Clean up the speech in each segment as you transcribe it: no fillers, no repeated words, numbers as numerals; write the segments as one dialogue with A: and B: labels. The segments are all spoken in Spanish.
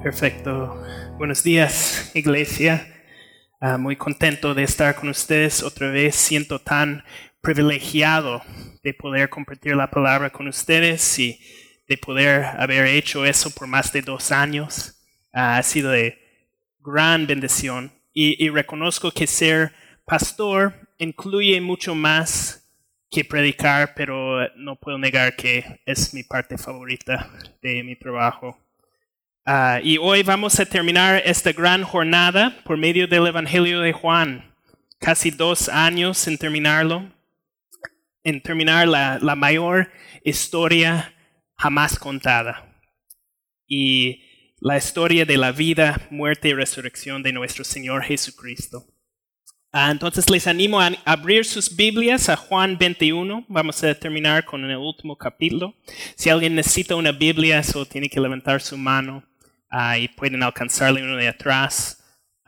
A: Perfecto. Buenos días, iglesia. Muy contento de estar con ustedes otra vez. Siento tan privilegiado de poder compartir la palabra con ustedes y de poder haber hecho eso por más de 2 años. Ha sido de gran bendición y reconozco que ser pastor incluye mucho más que predicar, pero no puedo negar que es mi parte favorita de mi trabajo. Y hoy vamos a terminar esta gran jornada por medio del Evangelio de Juan. Casi 2 años en terminarlo. En terminar la mayor historia jamás contada. Y la historia de la vida, muerte y resurrección de nuestro Señor Jesucristo. Entonces les animo a abrir sus Biblias a Juan 21. Vamos a terminar con el último capítulo. Si alguien necesita una Biblia, solo tiene que levantar su mano. Y pueden alcanzarle uno de atrás.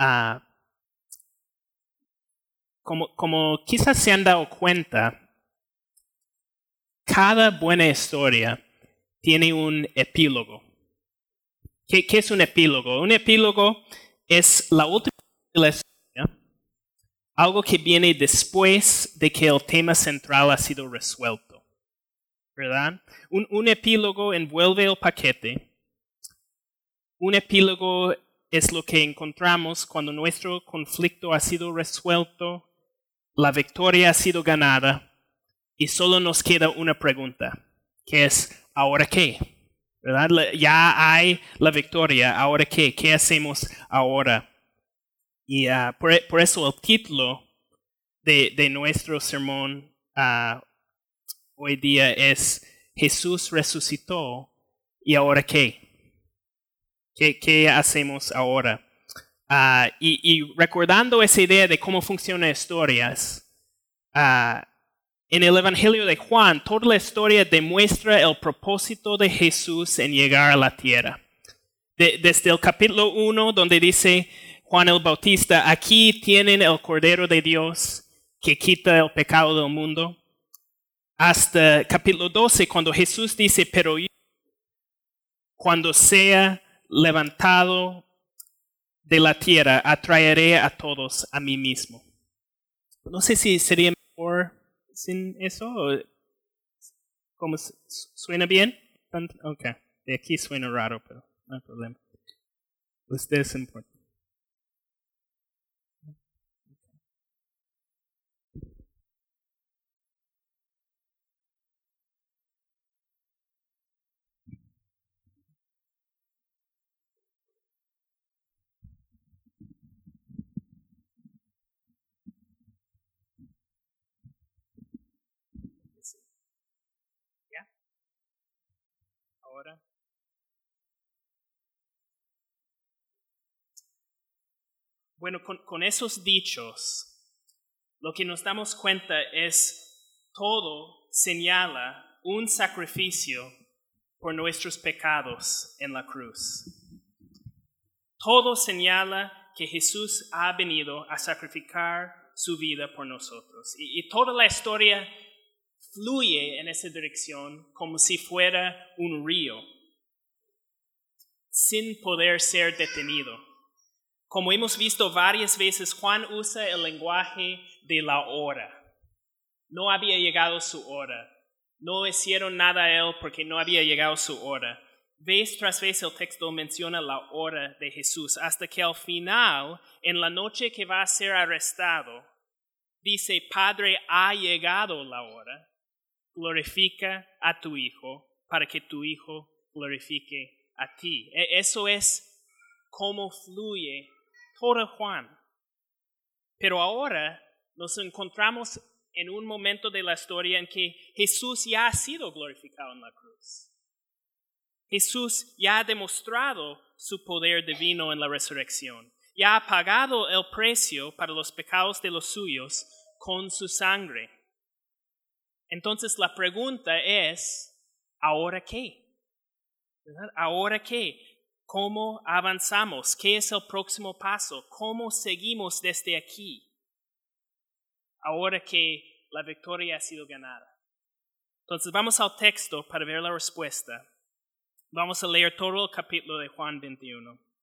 A: Como quizás se han dado cuenta, cada buena historia tiene un epílogo. ¿Qué es un epílogo? Un epílogo es la última de la historia, algo que viene después de que el tema central ha sido resuelto. ¿Verdad? Un epílogo envuelve el paquete. Un epílogo es lo que encontramos cuando nuestro conflicto ha sido resuelto, la victoria ha sido ganada y solo nos queda una pregunta, que es, ¿ahora qué? ¿Verdad? Ya hay la victoria, ¿ahora qué? ¿Qué hacemos ahora? Y por eso el título de nuestro sermón hoy día es Jesús resucitó, ¿y ahora qué? ¿Qué hacemos ahora? Y recordando esa idea de cómo funcionan historias, en el Evangelio de Juan, toda la historia demuestra el propósito de Jesús en llegar a la tierra. Desde el capítulo 1, donde dice Juan el Bautista, aquí tienen el Cordero de Dios que quita el pecado del mundo, hasta capítulo 12, cuando Jesús dice, pero yo, cuando sea levantado de la tierra, atraeré a todos a mí mismo. No sé si sería mejor sin eso. ¿Cómo suena bien? Ok. De aquí suena raro, pero no hay problema. Ustedes importan. ¿Ya? Ahora. Bueno, con esos dichos, lo que nos damos cuenta es todo señala un sacrificio por nuestros pecados en la cruz. Todo señala que Jesús ha venido a sacrificar su vida por nosotros. Y toda la historia fluye en esa dirección como si fuera un río, sin poder ser detenido. Como hemos visto varias veces, Juan usa el lenguaje de la hora. No había llegado su hora. No hicieron nada a él porque no había llegado su hora. Vez tras vez el texto menciona la hora de Jesús, hasta que al final, en la noche que va a ser arrestado, dice, Padre, ha llegado la hora, glorifica a tu Hijo, para que tu Hijo glorifique a ti. Eso es cómo fluye todo Juan. Pero ahora nos encontramos en un momento de la historia en que Jesús ya ha sido glorificado en la cruz. Jesús ya ha demostrado su poder divino en la resurrección. Ya ha pagado el precio para los pecados de los suyos con su sangre. Entonces la pregunta es, ¿ahora qué? ¿Verdad? ¿Ahora qué? ¿Cómo avanzamos? ¿Qué es el próximo paso? ¿Cómo seguimos desde aquí? Ahora que la victoria ha sido ganada. Entonces vamos al texto para ver la respuesta. Vamos a leer todo el capítulo de Juan 21.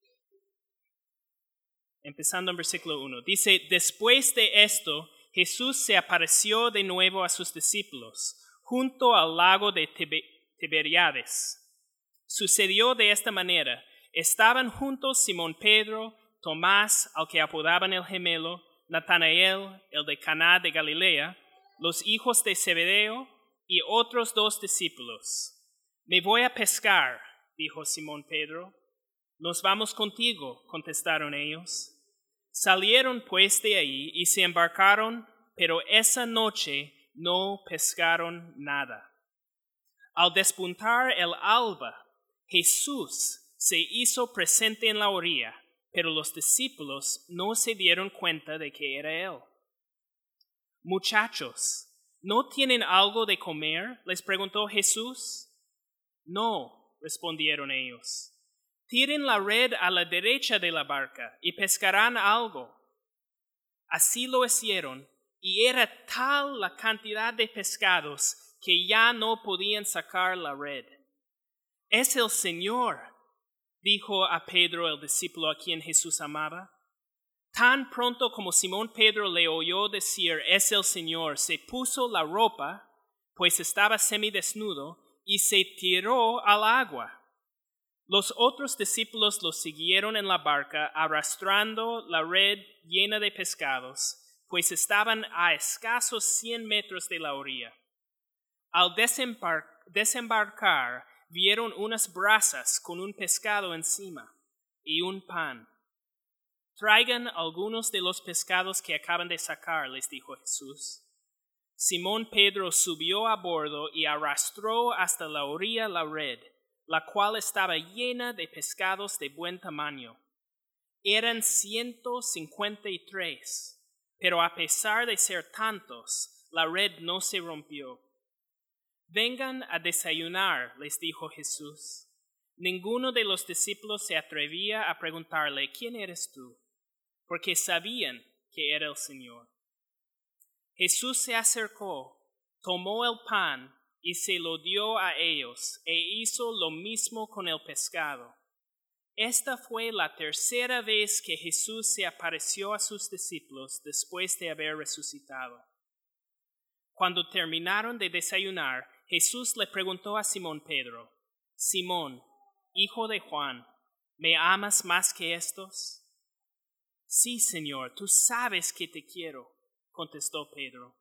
A: empezando en versículo 1. Dice, después de esto, Jesús se apareció de nuevo a sus discípulos, junto al lago de Tiberíades. Sucedió de esta manera. Estaban juntos Simón Pedro, Tomás, al que apodaban el gemelo, Natanael, el de Caná de Galilea, los hijos de Zebedeo y otros 2 discípulos. Me voy a pescar, dijo Simón Pedro. Nos vamos contigo, contestaron ellos. Salieron pues de ahí y se embarcaron, pero esa noche no pescaron nada. Al despuntar el alba, Jesús se hizo presente en la orilla, pero los discípulos no se dieron cuenta de que era él. Muchachos, ¿no tienen algo de comer?, les preguntó Jesús. No, respondieron ellos. Tiren la red a la derecha de la barca y pescarán algo. Así lo hicieron, y era tal la cantidad de pescados que ya no podían sacar la red. Es el Señor, dijo a Pedro, el discípulo a quien Jesús amaba. Tan pronto como Simón Pedro le oyó decir, es el Señor, se puso la ropa, pues estaba semidesnudo, y se tiró al agua. Los otros discípulos lo siguieron en la barca, arrastrando la red llena de pescados, pues estaban a escasos 100 metros de la orilla. Al desembarcar, vieron unas brasas con un pescado encima y un pan. Traigan algunos de los pescados que acaban de sacar, les dijo Jesús. Simón Pedro subió a bordo y arrastró hasta la orilla la red, la cual estaba llena de pescados de buen tamaño. Eran 153, pero a pesar de ser tantos, la red no se rompió. Vengan a desayunar, les dijo Jesús. Ninguno de los discípulos se atrevía a preguntarle, ¿quién eres tú?, porque sabían que era el Señor. Jesús se acercó, tomó el pan y se lo dio a ellos, e hizo lo mismo con el pescado. Esta fue la tercera vez que Jesús se apareció a sus discípulos después de haber resucitado. Cuando terminaron de desayunar, Jesús le preguntó a Simón Pedro, Simón, hijo de Juan, ¿me amas más que estos? Sí, Señor, tú sabes que te quiero, contestó Pedro.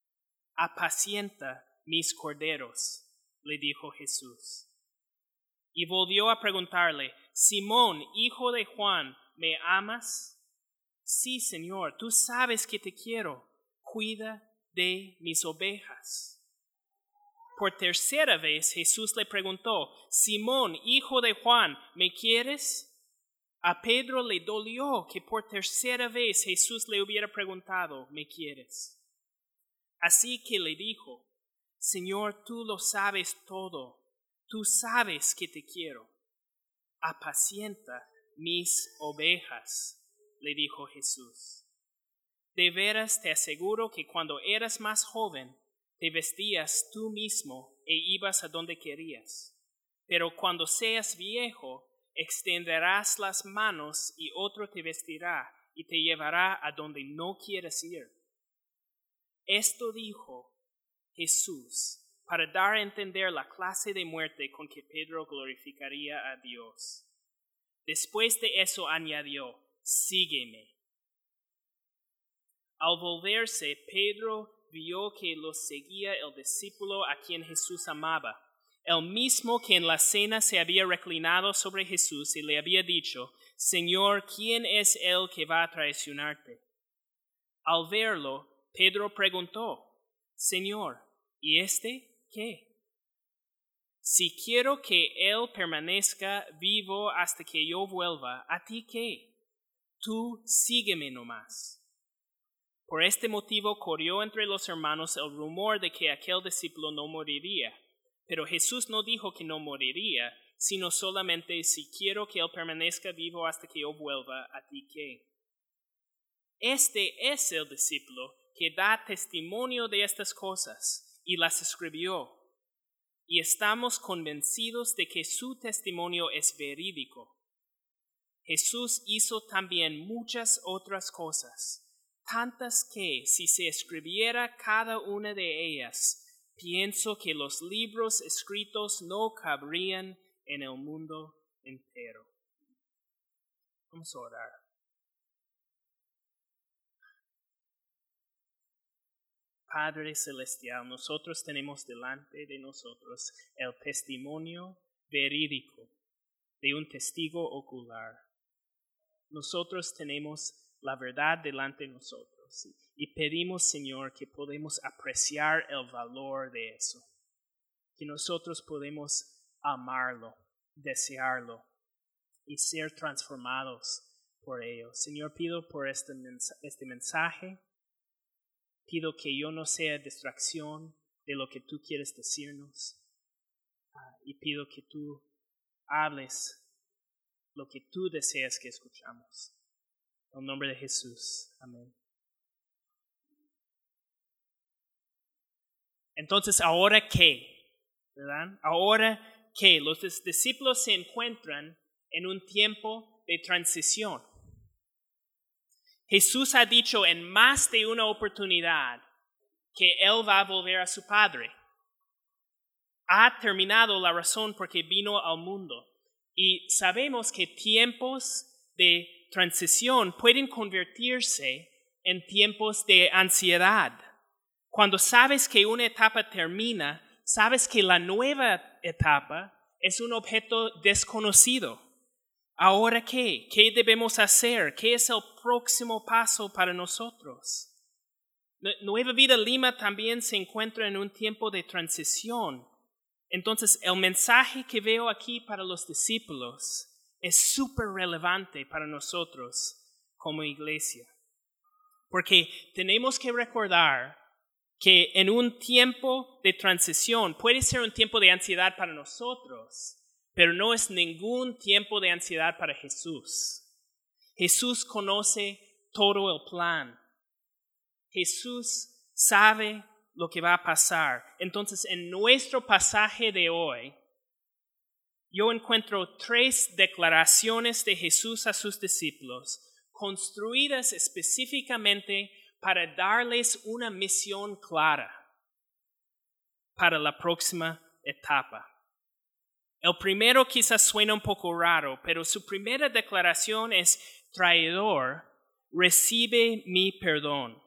A: Apacienta mis corderos, le dijo Jesús. Y volvió a preguntarle, Simón, hijo de Juan, ¿me amas? Sí, Señor, tú sabes que te quiero, cuida de mis ovejas. Por tercera vez Jesús le preguntó, Simón, hijo de Juan, ¿me quieres? A Pedro le dolió que por tercera vez Jesús le hubiera preguntado, ¿me quieres? Así que le dijo, Señor, tú lo sabes todo, tú sabes que te quiero. Apacienta mis ovejas, le dijo Jesús. De veras te aseguro que cuando eras más joven, te vestías tú mismo e ibas a donde querías. Pero cuando seas viejo, extenderás las manos y otro te vestirá y te llevará a donde no quieres ir. Esto dijo Jesús para dar a entender la clase de muerte con que Pedro glorificaría a Dios. Después de eso añadió, sígueme. Al volverse, Pedro vio que lo seguía el discípulo a quien Jesús amaba, el mismo que en la cena se había reclinado sobre Jesús y le había dicho, Señor, ¿quién es el que va a traicionarte? Al verlo, Pedro preguntó, Señor, ¿y este qué? Si quiero que él permanezca vivo hasta que yo vuelva, ¿a ti qué? Tú sígueme nomás. Por este motivo corrió entre los hermanos el rumor de que aquel discípulo no moriría. Pero Jesús no dijo que no moriría, sino solamente si quiero que él permanezca vivo hasta que yo vuelva, ¿a ti qué? Este es el discípulo que da testimonio de estas cosas y las escribió. Y estamos convencidos de que su testimonio es verídico. Jesús hizo también muchas otras cosas, tantas que, si se escribiera cada una de ellas, pienso que los libros escritos no cabrían en el mundo entero. Vamos a orar. Padre Celestial, nosotros tenemos delante de nosotros el testimonio verídico de un testigo ocular. Nosotros tenemos la verdad delante de nosotros y pedimos, Señor, que podemos apreciar el valor de eso, que nosotros podemos amarlo, desearlo y ser transformados por ello. Señor, pido por este mensaje, pido que yo no sea distracción de lo que tú quieres decirnos y pido que tú hables lo que tú deseas que escuchamos. En el nombre de Jesús. Amén. Entonces, ¿ahora qué? ¿Verdad? ¿Ahora qué? Los discípulos se encuentran en un tiempo de transición. Jesús ha dicho en más de una oportunidad que Él va a volver a su Padre. Ha terminado la razón por que vino al mundo. Y sabemos que tiempos de transición pueden convertirse en tiempos de ansiedad. Cuando sabes que una etapa termina, sabes que la nueva etapa es un objeto desconocido. ¿Ahora qué? ¿Qué debemos hacer? ¿Qué es el próximo paso para nosotros? Nueva Vida Lima también se encuentra en un tiempo de transición. Entonces, el mensaje que veo aquí para los discípulos es súper relevante para nosotros como iglesia. Porque tenemos que recordar que en un tiempo de transición puede ser un tiempo de ansiedad para nosotros, pero no es ningún tiempo de ansiedad para Jesús. Jesús conoce todo el plan. Jesús sabe lo que va a pasar. Entonces, en nuestro pasaje de hoy, yo encuentro 3 declaraciones de Jesús a sus discípulos, construidas específicamente para darles una misión clara para la próxima etapa. El primero quizás suena un poco raro, pero su primera declaración es: traidor, recibe mi perdón.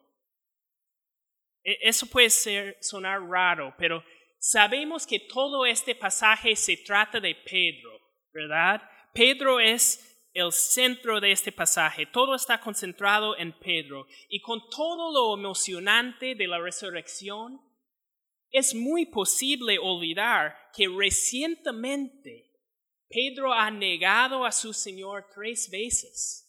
A: Eso puede sonar raro, pero sabemos que todo este pasaje se trata de Pedro, ¿verdad? Pedro es el centro de este pasaje. Todo está concentrado en Pedro. Y con todo lo emocionante de la resurrección, es muy posible olvidar que recientemente Pedro ha negado a su Señor 3 veces.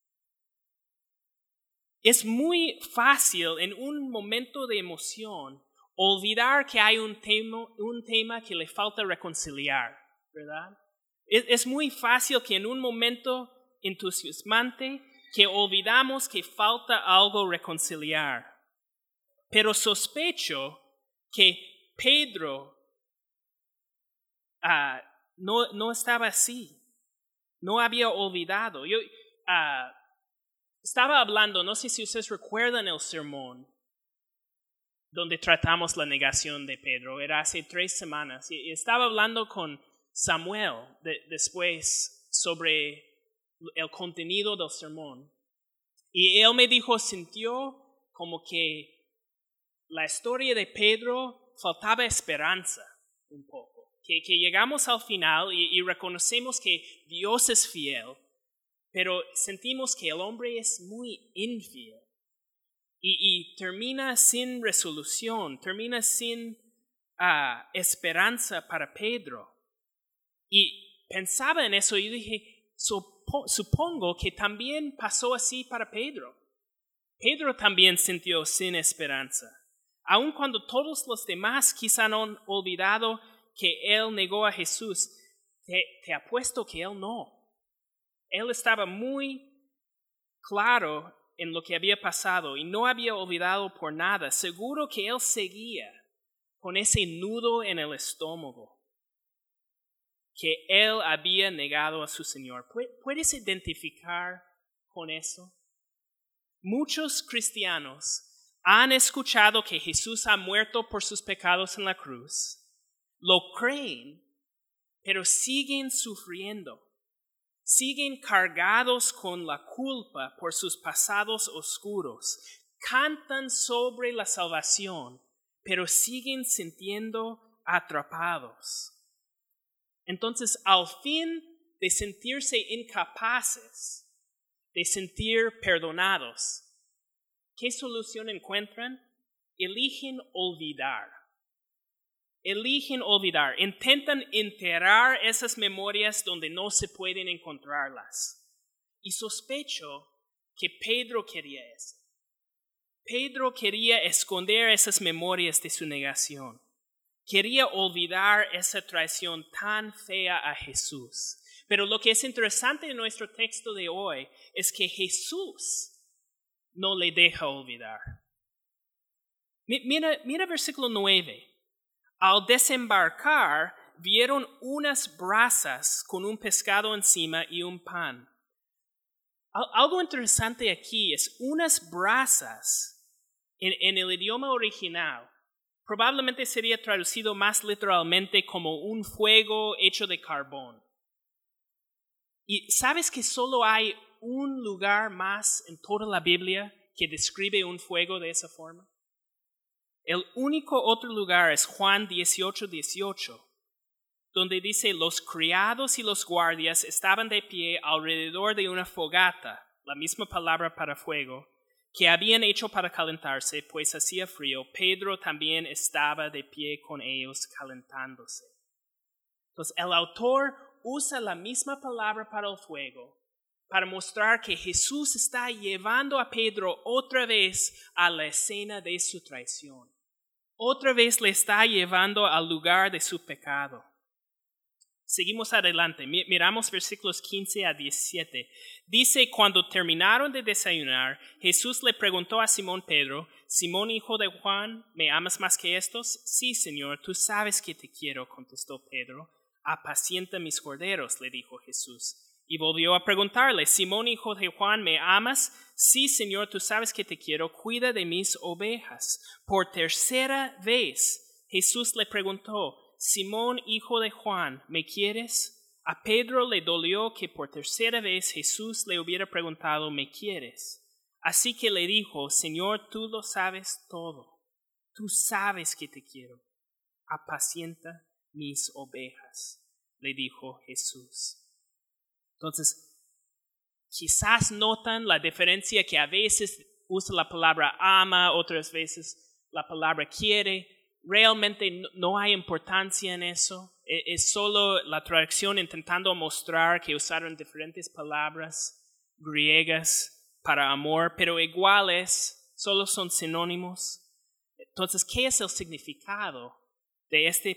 A: Es muy fácil en un momento de emoción olvidar que hay un tema que le falta reconciliar, ¿verdad? Es muy fácil que en un momento entusiasmante que olvidamos que falta algo reconciliar. Pero sospecho que Pedro no estaba así, no había olvidado. Yo estaba hablando, no sé si ustedes recuerdan el sermón donde tratamos la negación de Pedro, era hace 3 semanas, y estaba hablando con Samuel después sobre el contenido del sermón. Y él me dijo, sintió como que la historia de Pedro faltaba esperanza un poco. Que llegamos al final y reconocemos que Dios es fiel, pero sentimos que el hombre es muy infiel. Y termina sin resolución, termina sin esperanza para Pedro. Y pensaba en eso y dije, supongo que también pasó así para Pedro. Pedro también sintió sin esperanza. Aun cuando todos los demás quizá han olvidado que él negó a Jesús, te apuesto que él no. Él estaba muy claro en lo que había pasado y no había olvidado por nada. Seguro que él seguía con ese nudo en el estómago. que él había negado a su Señor. ¿Puedes identificar con eso? Muchos cristianos han escuchado que Jesús ha muerto por sus pecados en la cruz, lo creen, pero siguen sufriendo, siguen cargados con la culpa por sus pasados oscuros, cantan sobre la salvación, pero siguen sintiendo atrapados. Entonces, al fin de sentirse incapaces, de sentir perdonados, ¿qué solución encuentran? Eligen olvidar. Eligen olvidar. Intentan enterrar esas memorias donde no se pueden encontrarlas. Y sospecho que Pedro quería eso. Pedro quería esconder esas memorias de su negación. Quería olvidar esa traición tan fea a Jesús. Pero lo que es interesante en nuestro texto de hoy es que Jesús no le deja olvidar. Mira versículo 9. Al desembarcar, vieron unas brasas con un pescado encima y un pan. Algo interesante aquí es unas brasas en el idioma original. Probablemente sería traducido más literalmente como un fuego hecho de carbón. Y sabes que solo hay un lugar más en toda la Biblia que describe un fuego de esa forma. El único otro lugar es Juan 18:18, donde dice: los criados y los guardias estaban de pie alrededor de una fogata, la misma palabra para fuego, que habían hecho para calentarse, pues hacía frío. Pedro también estaba de pie con ellos calentándose. Entonces, el autor usa la misma palabra para el fuego para mostrar que Jesús está llevando a Pedro otra vez a la escena de su traición. Otra vez le está llevando al lugar de su pecado. Seguimos adelante. Miramos versículos 15 a 17. Dice: cuando terminaron de desayunar, Jesús le preguntó a Simón Pedro: Simón, hijo de Juan, ¿me amas más que estos? Sí, Señor, tú sabes que te quiero, contestó Pedro. Apacienta mis corderos, le dijo Jesús. Y volvió a preguntarle: Simón, hijo de Juan, ¿me amas? Sí, Señor, tú sabes que te quiero, cuida de mis ovejas. Por tercera vez Jesús le preguntó: Simón, hijo de Juan, ¿me quieres? A Pedro le dolió que por tercera vez Jesús le hubiera preguntado: ¿me quieres? Así que le dijo: Señor, tú lo sabes todo. Tú sabes que te quiero. Apacienta mis ovejas, le dijo Jesús. Entonces, quizás notan la diferencia que a veces usa la palabra ama, otras veces la palabra quiere. Realmente no hay importancia en eso. Es solo la traducción intentando mostrar que usaron diferentes palabras griegas para amor, pero iguales, solo son sinónimos. Entonces, ¿qué es el significado de esta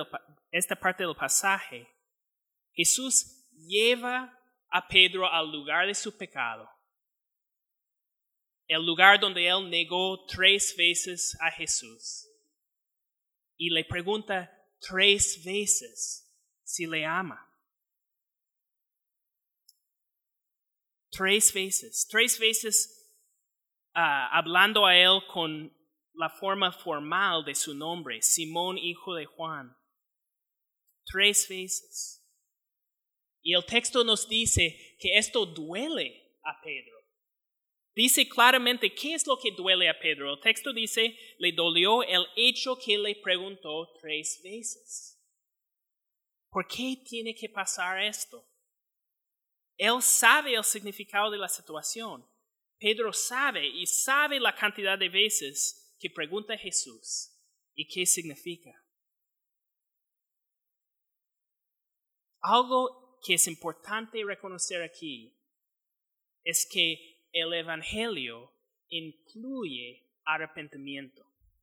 A: parte del pasaje? Jesús lleva a Pedro al lugar de su pecado, el lugar donde él negó 3 veces a Jesús, y le pregunta 3 veces si le ama. 3 veces hablando a él con la forma formal de su nombre: Simón, hijo de Juan. 3 veces. Y el texto nos dice que esto duele a Pedro. Dice claramente qué es lo que duele a Pedro. El texto dice: le dolió el hecho que le preguntó 3 veces. ¿Por qué tiene que pasar esto? Él sabe el significado de la situación. Pedro sabe la cantidad de veces que pregunta a Jesús y qué significa. Algo que es importante reconocer aquí es que el Evangelio incluye arrepentimiento.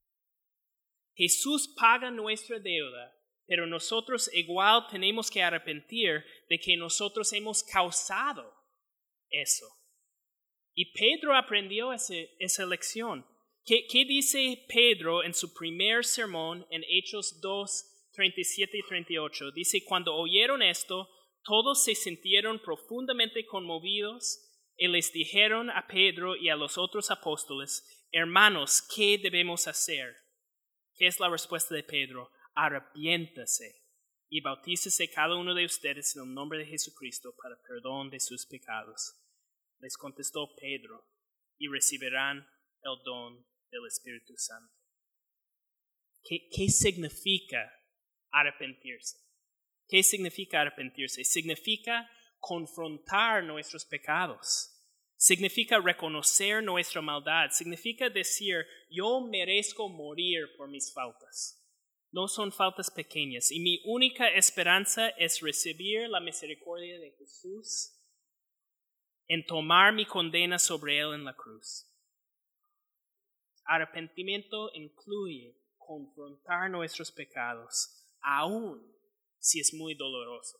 A: Jesús paga nuestra deuda, pero nosotros igual tenemos que arrepentir de que nosotros hemos causado eso. Y Pedro aprendió esa lección. ¿Qué dice Pedro en su primer sermón en Hechos 2, 37 y 38. Dice, cuando oyeron esto, todos se sintieron profundamente conmovidos y les dijeron a Pedro y a los otros apóstoles, hermanos, ¿qué debemos hacer? ¿Qué es la respuesta de Pedro? Arrepiéntase y bautícese cada uno de ustedes en el nombre de Jesucristo para perdón de sus pecados. Les contestó Pedro, y recibirán el don del Espíritu Santo. ¿Qué significa arrepentirse? ¿Qué significa arrepentirse? Significa confrontar nuestros pecados. Significa reconocer nuestra maldad. Significa decir, yo merezco morir por mis faltas. No son faltas pequeñas. Y mi única esperanza es recibir la misericordia de Jesús en tomar mi condena sobre él en la cruz. Arrepentimiento incluye confrontar nuestros pecados, aun si es muy doloroso.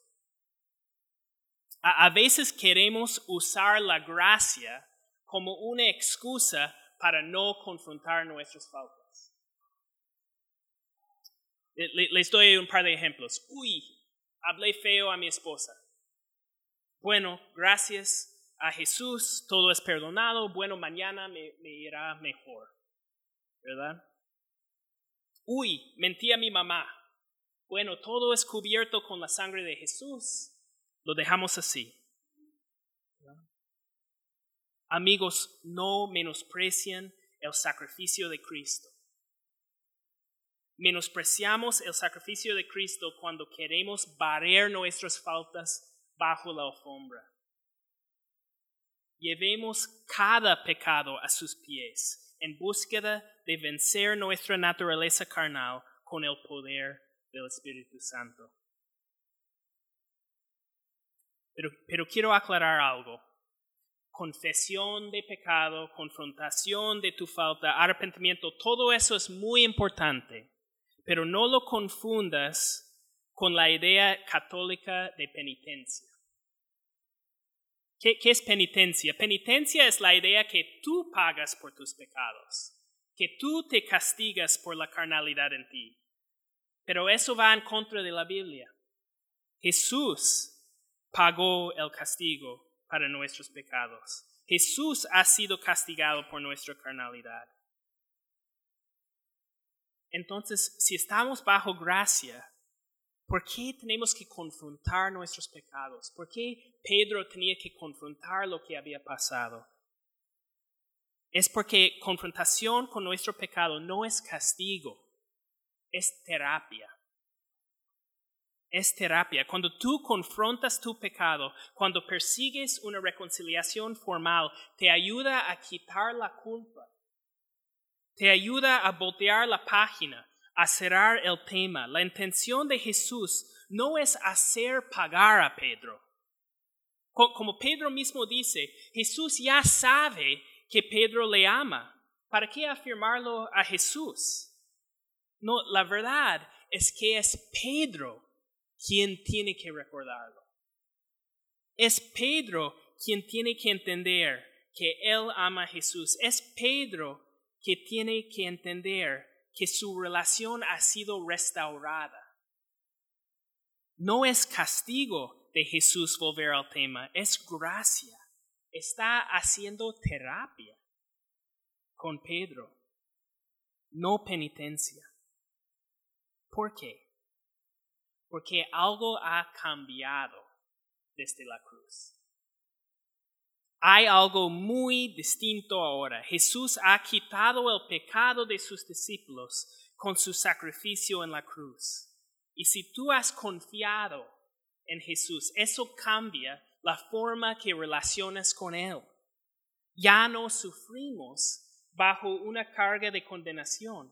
A: A veces queremos usar la gracia como una excusa para no confrontar nuestras faltas. Les doy un par de ejemplos. Hablé feo a mi esposa. Bueno, gracias a Jesús, todo es perdonado. Bueno, mañana me irá mejor. ¿Verdad? Mentí a mi mamá. Bueno, todo es cubierto con la sangre de Jesús. Lo dejamos así. Amigos, no menosprecien el sacrificio de Cristo. Menospreciamos el sacrificio de Cristo cuando queremos barrer nuestras faltas bajo la alfombra. Llevemos cada pecado a sus pies en búsqueda de vencer nuestra naturaleza carnal con el poder del Espíritu Santo. Pero quiero aclarar algo. Confesión de pecado, confrontación de tu falta, arrepentimiento, todo eso es muy importante. Pero no lo confundas con la idea católica de penitencia. ¿Qué es penitencia? Penitencia es la idea que tú pagas por tus pecados, que tú te castigas por la carnalidad en ti. Pero eso va en contra de la Biblia. Jesús pagó el castigo para nuestros pecados. Jesús ha sido castigado por nuestra carnalidad. Entonces, si estamos bajo gracia, ¿por qué tenemos que confrontar nuestros pecados? ¿Por qué Pedro tenía que confrontar lo que había pasado? Es porque confrontación con nuestro pecado no es castigo, es terapia. Es terapia. Cuando tú confrontas tu pecado, cuando persigues una reconciliación formal, te ayuda a quitar la culpa. Te ayuda a voltear la página, a cerrar el tema. La intención de Jesús no es hacer pagar a Pedro. Como Pedro mismo dice, Jesús ya sabe que Pedro le ama. ¿Para qué afirmarlo a Jesús? No, la verdad es que es Pedro quien tiene que recordarlo. Es Pedro quien tiene que entender que él ama a Jesús. Es Pedro que tiene que entender que su relación ha sido restaurada. No es castigo de Jesús volver al tema, es gracia. Está haciendo terapia con Pedro, no penitencia. ¿Por qué? Porque algo ha cambiado desde la cruz. Hay algo muy distinto ahora. Jesús ha quitado el pecado de sus discípulos con su sacrificio en la cruz. Y si tú has confiado en Jesús, eso cambia la forma que relacionas con Él. Ya no sufrimos bajo una carga de condenación.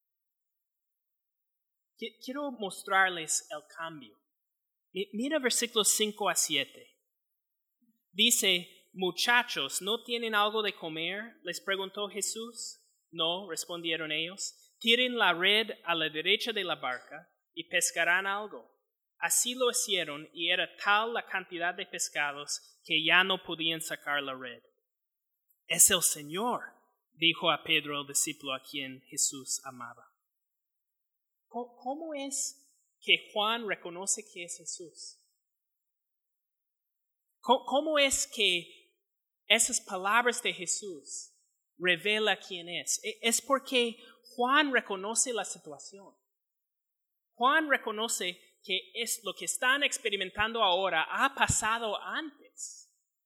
A: Quiero mostrarles el cambio. Mira versículos 5 a 7. Dice, muchachos, ¿no tienen algo de comer? Les preguntó Jesús. No, respondieron ellos. Tiren la red a la derecha de la barca y pescarán algo. Así lo hicieron y era tal la cantidad de pescados que ya no podían sacar la red. Es el Señor, dijo a Pedro el discípulo a quien Jesús amaba. ¿Cómo es que Juan reconoce que es Jesús? ¿Cómo es que esas palabras de Jesús revela quién es? Es porque Juan reconoce la situación. Juan reconoce que es lo que están experimentando ahora ha pasado antes.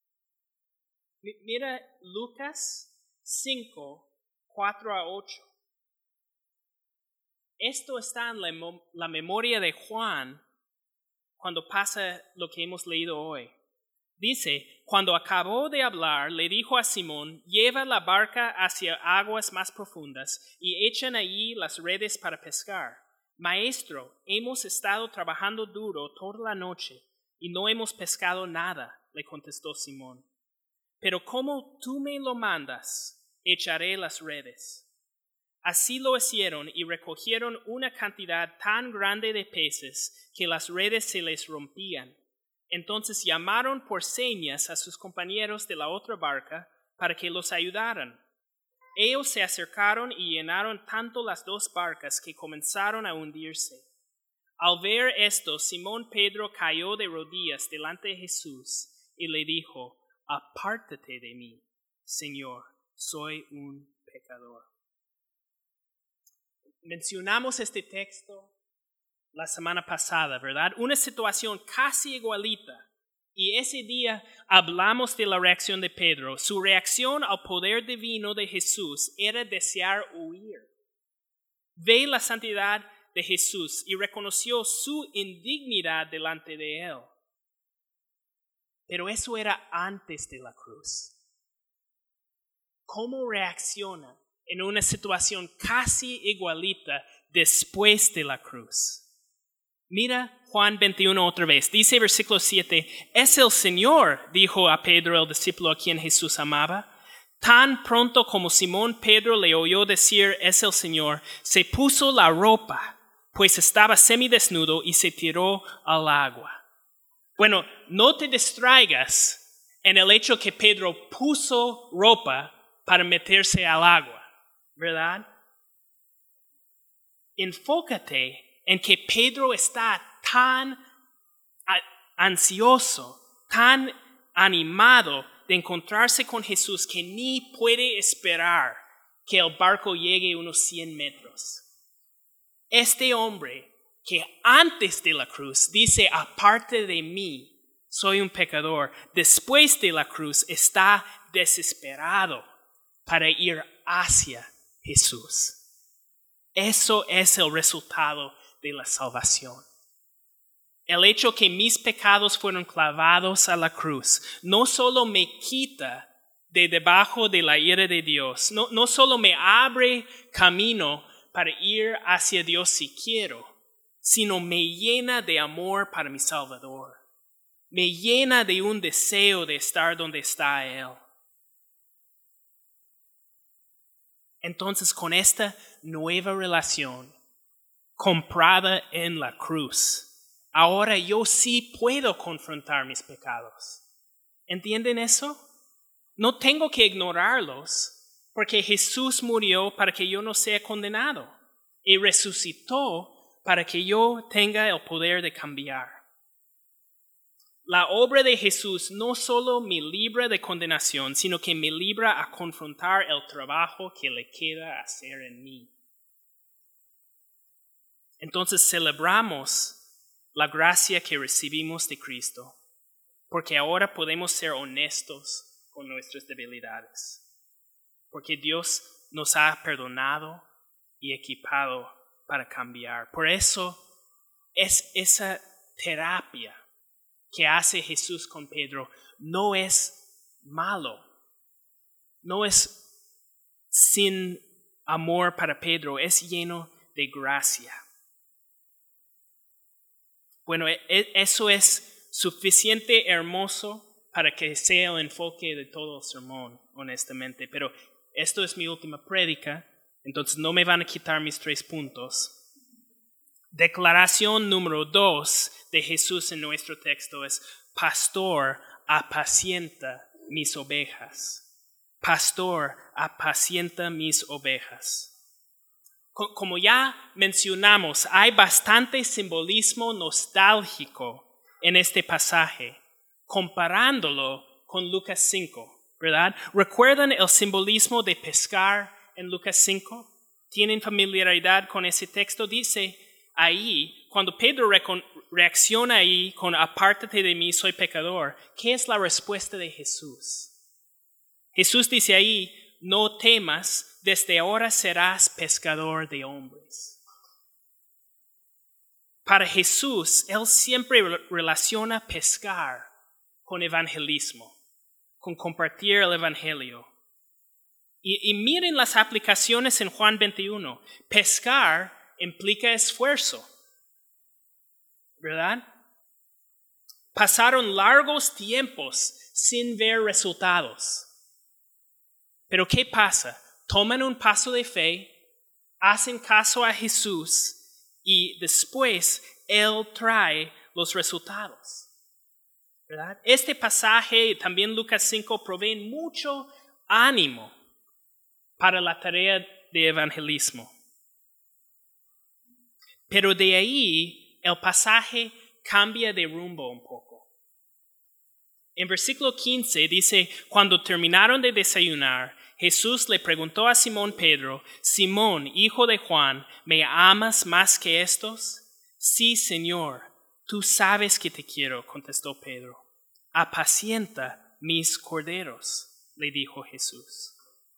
A: Mira Lucas 5, 4 a 8. Esto está en la memoria de Juan cuando pasa lo que hemos leído hoy. Dice, cuando acabó de hablar, le dijo a Simón, lleva la barca hacia aguas más profundas y echan allí las redes para pescar. Maestro, hemos estado trabajando duro toda la noche y no hemos pescado nada, le contestó Simón. Pero como tú me lo mandas, echaré las redes. Así lo hicieron y recogieron una cantidad tan grande de peces que las redes se les rompían. Entonces llamaron por señas a sus compañeros de la otra barca para que los ayudaran. Ellos se acercaron y llenaron tanto las dos barcas que comenzaron a hundirse. Al ver esto, Simón Pedro cayó de rodillas delante de Jesús y le dijo, apártate de mí, Señor, soy un pecador. Mencionamos este texto la semana pasada, ¿verdad? Una situación casi igualita. Y ese día hablamos de la reacción de Pedro. Su reacción al poder divino de Jesús era desear huir. Ve la santidad de Jesús y reconoció su indignidad delante de él. Pero eso era antes de la cruz. ¿Cómo reacciona en una situación casi igualita después de la cruz? Mira Juan 21 otra vez. Dice versículo 7, es el Señor, dijo a Pedro el discípulo a quien Jesús amaba. Tan pronto como Simón Pedro le oyó decir es el Señor, se puso la ropa, pues estaba semidesnudo y se tiró al agua. Bueno, no te distraigas en el hecho que Pedro puso ropa para meterse al agua, ¿verdad? Enfócate en que Pedro está tan ansioso, tan animado de encontrarse con Jesús que ni puede esperar que el barco llegue unos 100 metros. Este hombre que antes de la cruz dice, aparte de mí, soy un pecador, después de la cruz está desesperado para ir hacia Jesús. Eso es el resultado de la salvación. El hecho que mis pecados fueron clavados a la cruz no solo me quita de debajo de la ira de Dios, no solo me abre camino para ir hacia Dios si quiero, sino me llena de amor para mi Salvador. Me llena de un deseo de estar donde está Él. Entonces, con esta nueva relación comprada en la cruz, ahora yo sí puedo confrontar mis pecados. ¿Entienden eso? No tengo que ignorarlos porque Jesús murió para que yo no sea condenado y resucitó para que yo tenga el poder de cambiar. La obra de Jesús no solo me libra de condenación, sino que me libra a confrontar el trabajo que le queda hacer en mí. Entonces celebramos la gracia que recibimos de Cristo, porque ahora podemos ser honestos con nuestras debilidades, porque Dios nos ha perdonado y equipado para cambiar. Por eso es esa terapia que hace Jesús con Pedro no es malo, no es sin amor para Pedro, es lleno de gracia. Bueno, eso es suficiente hermoso para que sea el enfoque de todo el sermón, honestamente. Pero esto es mi última prédica, entonces no me van a quitar mis 3 puntos. Declaración número 2 de Jesús en nuestro texto es: Pastor, apacienta mis ovejas. Pastor, apacienta mis ovejas. Como ya mencionamos, hay bastante simbolismo nostálgico en este pasaje, comparándolo con Lucas 5, ¿verdad? ¿Recuerdan el simbolismo de pescar en Lucas 5? ¿Tienen familiaridad con ese texto? Dice ahí, cuando Pedro reacciona ahí con apártate de mí, soy pecador, ¿qué es la respuesta de Jesús? Jesús dice ahí, no temas, desde ahora serás pescador de hombres. Para Jesús, Él siempre relaciona pescar con evangelismo, con compartir el evangelio. Y miren las aplicaciones en Juan 21. Pescar implica esfuerzo, ¿verdad? Pasaron largos tiempos sin ver resultados. Pero ¿qué pasa? Toman un paso de fe, hacen caso a Jesús y después Él trae los resultados, ¿verdad? Este pasaje y también Lucas 5 proveen mucho ánimo para la tarea de evangelismo. Pero de ahí el pasaje cambia de rumbo un poco. En versículo 15 dice, cuando terminaron de desayunar, Jesús le preguntó a Simón Pedro, Simón, hijo de Juan, ¿me amas más que estos? Sí, Señor, tú sabes que te quiero, contestó Pedro. Apacienta mis corderos, le dijo Jesús.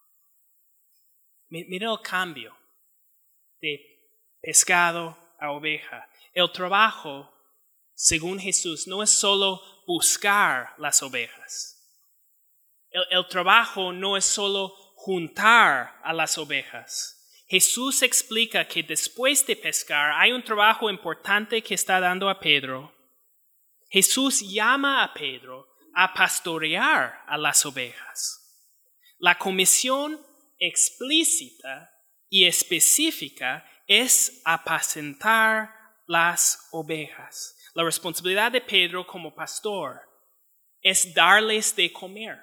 A: Mira el cambio de pescado a oveja. El trabajo, según Jesús, no es solo buscar las ovejas. El trabajo no es solo juntar a las ovejas. Jesús explica que después de pescar hay un trabajo importante que está dando a Pedro. Jesús llama a Pedro a pastorear a las ovejas. La comisión explícita y específica es apacentar las ovejas. La responsabilidad de Pedro como pastor es darles de comer.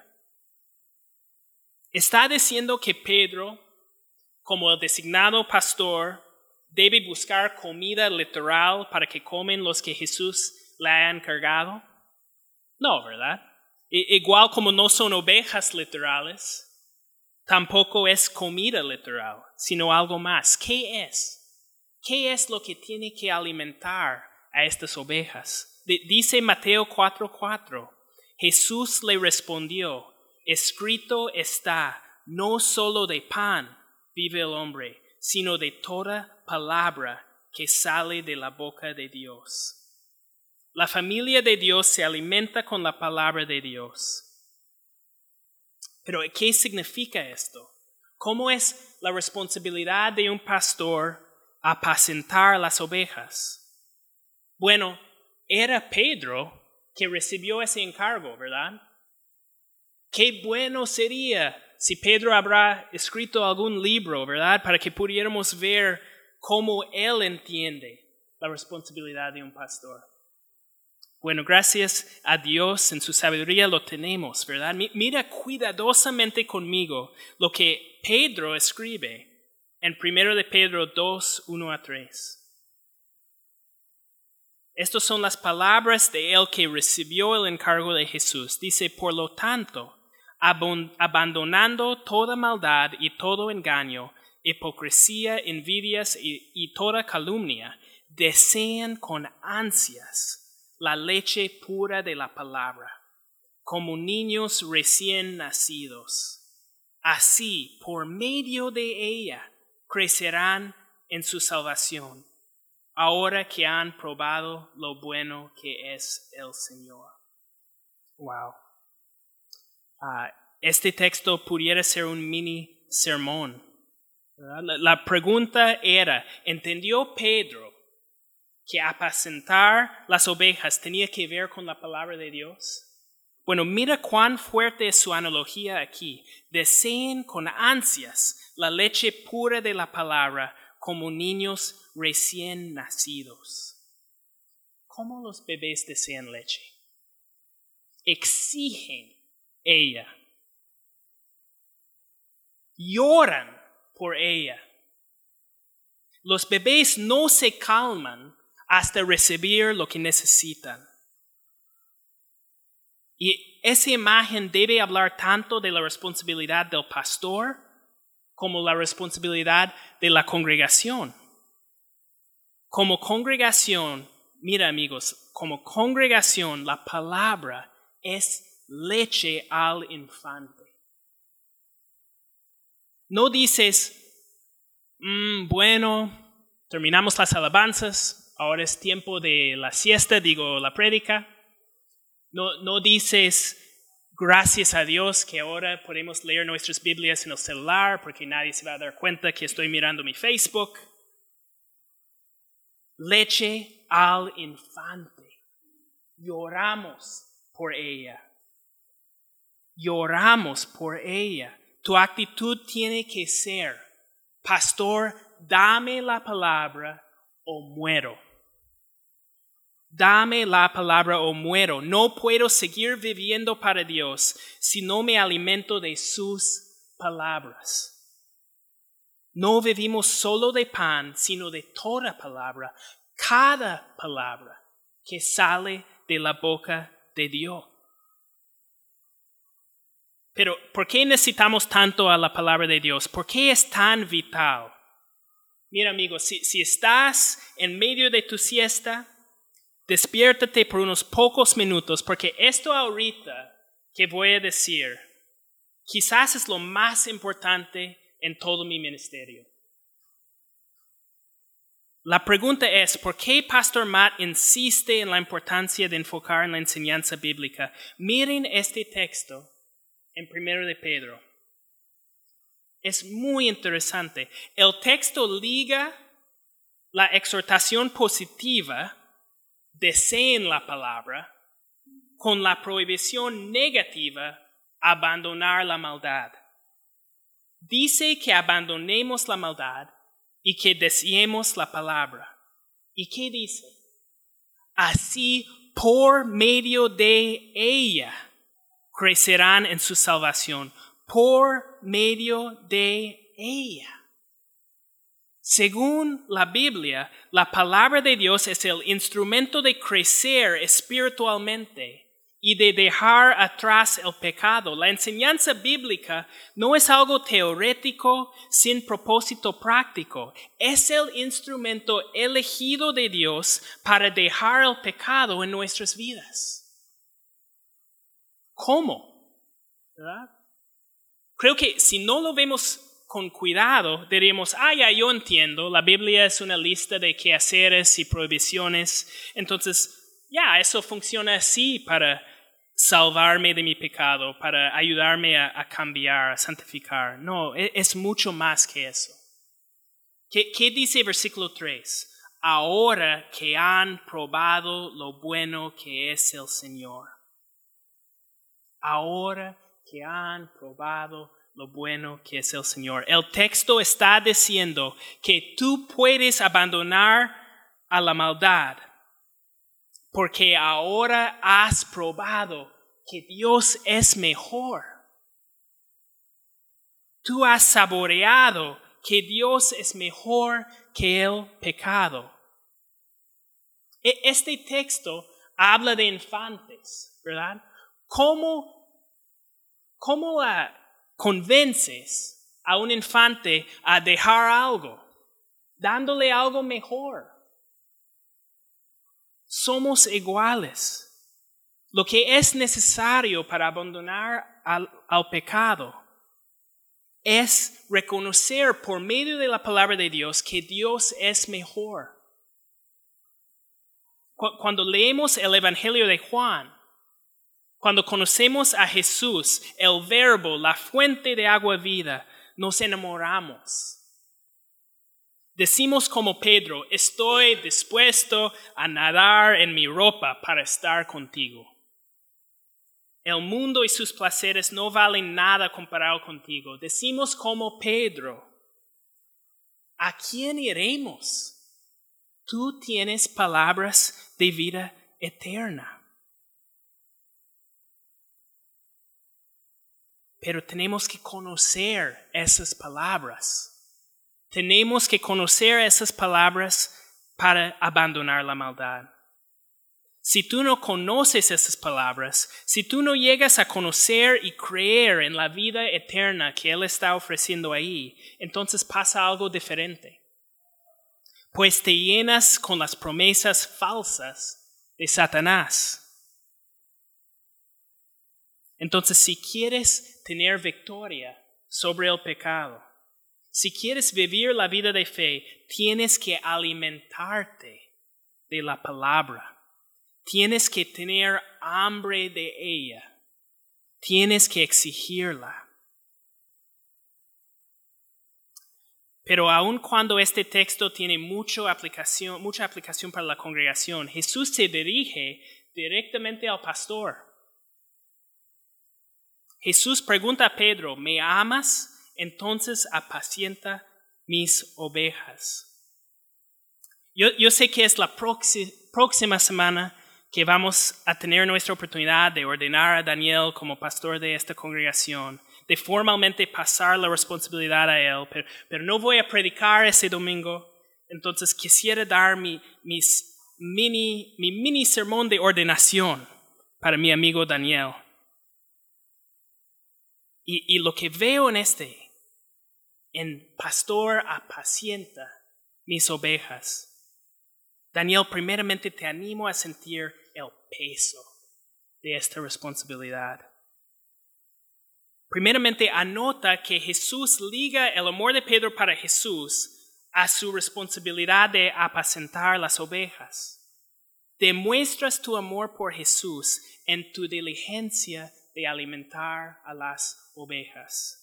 A: Está diciendo que Pedro, como el designado pastor, debe buscar comida literal para que comen los que Jesús le ha encargado. No, ¿verdad? Igual como no son ovejas literales, tampoco es comida literal, sino algo más. ¿Qué es? ¿Qué es lo que tiene que alimentar a estas ovejas? Dice Mateo 4:4. Jesús le respondió, escrito está, no solo de pan vive el hombre, sino de toda palabra que sale de la boca de Dios. La familia de Dios se alimenta con la palabra de Dios. Pero ¿qué significa esto? ¿Cómo es la responsabilidad de un pastor apacentar las ovejas? Bueno, era Pedro que recibió ese encargo, ¿verdad? Qué bueno sería si Pedro habrá escrito algún libro, ¿verdad? Para que pudiéramos ver cómo él entiende la responsabilidad de un pastor. Bueno, gracias a Dios en su sabiduría lo tenemos, ¿verdad? Mira cuidadosamente conmigo lo que Pedro escribe en 1 de Pedro 2:1-3. Estas son las palabras de él que recibió el encargo de Jesús. Dice, por lo tanto, abandonando toda maldad y todo engaño, hipocresía, envidias y toda calumnia, desean con ansias la leche pura de la palabra, como niños recién nacidos. Así, por medio de ella, crecerán en su salvación, ahora que han probado lo bueno que es el Señor. Wow. Este texto pudiera ser un mini sermón. La pregunta era, ¿entendió Pedro que apacentar las ovejas tenía que ver con la palabra de Dios? Bueno, mira cuán fuerte es su analogía aquí. Deseen con ansias la leche pura de la palabra como niños recién nacidos. ¿Cómo los bebés desean leche? Exigen ella. Lloran por ella. Los bebés no se calman hasta recibir lo que necesitan. Y esa imagen debe hablar tanto de la responsabilidad del pastor como la responsabilidad de la congregación. Como congregación, mira amigos, como congregación la palabra es leche al infante. No dices, bueno, terminamos las alabanzas, ahora es tiempo de la siesta, digo la prédica. No dices, gracias a Dios que ahora podemos leer nuestras Biblias en el celular porque nadie se va a dar cuenta que estoy mirando mi Facebook. Leche al infante. Lloramos por ella. Lloramos por ella. Tu actitud tiene que ser, pastor, dame la palabra o muero. Dame la palabra o muero. No puedo seguir viviendo para Dios si no me alimento de sus palabras. No vivimos solo de pan, sino de toda palabra, cada palabra que sale de la boca de Dios. Pero, ¿por qué necesitamos tanto a la palabra de Dios? ¿Por qué es tan vital? Mira, amigos, si estás en medio de tu siesta, despiértate por unos pocos minutos, porque esto ahorita que voy a decir, quizás es lo más importante en todo mi ministerio. La pregunta es, ¿por qué Pastor Matt insiste en la importancia de enfocar en la enseñanza bíblica? Miren este texto en 1 de Pedro. Es muy interesante. El texto liga la exhortación positiva, deseen la palabra, con la prohibición negativa, abandonar la maldad. Dice que abandonemos la maldad y que deseemos la palabra. ¿Y qué dice? Así, por medio de ella, crecerán en su salvación. Por medio de ella. Según la Biblia, la palabra de Dios es el instrumento de crecer espiritualmente y de dejar atrás el pecado. La enseñanza bíblica no es algo teórico sin propósito práctico. Es el instrumento elegido de Dios para dejar el pecado en nuestras vidas. ¿Cómo? ¿Verdad? Creo que si no lo vemos con cuidado, diríamos, ya yo entiendo, la Biblia es una lista de quehaceres y prohibiciones, entonces, eso funciona así para salvarme de mi pecado, para ayudarme a cambiar, a santificar. No, es mucho más que eso. ¿Qué dice el versículo 3? Ahora que han probado lo bueno que es el Señor. Ahora que han probado lo bueno que es el Señor. El texto está diciendo que tú puedes abandonar a la maldad porque ahora has probado que Dios es mejor. Tú has saboreado que Dios es mejor que el pecado. Este texto habla de infantes, ¿verdad? ¿Cómo convences a un infante a dejar algo? Dándole algo mejor. Somos iguales. Lo que es necesario para abandonar al pecado es reconocer por medio de la palabra de Dios que Dios es mejor. Cuando leemos el Evangelio de Juan, cuando conocemos a Jesús, el Verbo, la fuente de agua vida, nos enamoramos. Decimos como Pedro, estoy dispuesto a nadar en mi ropa para estar contigo. El mundo y sus placeres no valen nada comparado contigo. Decimos como Pedro, ¿a quién iremos? Tú tienes palabras de vida eterna. Pero tenemos que conocer esas palabras. Tenemos que conocer esas palabras para abandonar la maldad. Si tú no conoces esas palabras, si tú no llegas a conocer y creer en la vida eterna que Él está ofreciendo ahí, entonces pasa algo diferente. Pues te llenas con las promesas falsas de Satanás. Entonces, si quieres tener victoria sobre el pecado, si quieres vivir la vida de fe, tienes que alimentarte de la palabra. Tienes que tener hambre de ella. Tienes que exigirla. Pero aun cuando este texto tiene mucha aplicación para la congregación, Jesús se dirige directamente al pastor. Jesús pregunta a Pedro, ¿me amas? Entonces apacienta mis ovejas. Yo sé que es la próxima semana que vamos a tener nuestra oportunidad de ordenar a Daniel como pastor de esta congregación, de formalmente pasar la responsabilidad a él, pero no voy a predicar ese domingo, entonces quisiera dar mi mini sermón de ordenación para mi amigo Daniel. Y lo que veo en pastor apacienta mis ovejas, Daniel, primeramente te animo a sentir el peso de esta responsabilidad. Primeramente, anota que Jesús liga el amor de Pedro para Jesús a su responsabilidad de apacentar las ovejas. Demuestras tu amor por Jesús en tu diligencia de alimentar a las ovejas.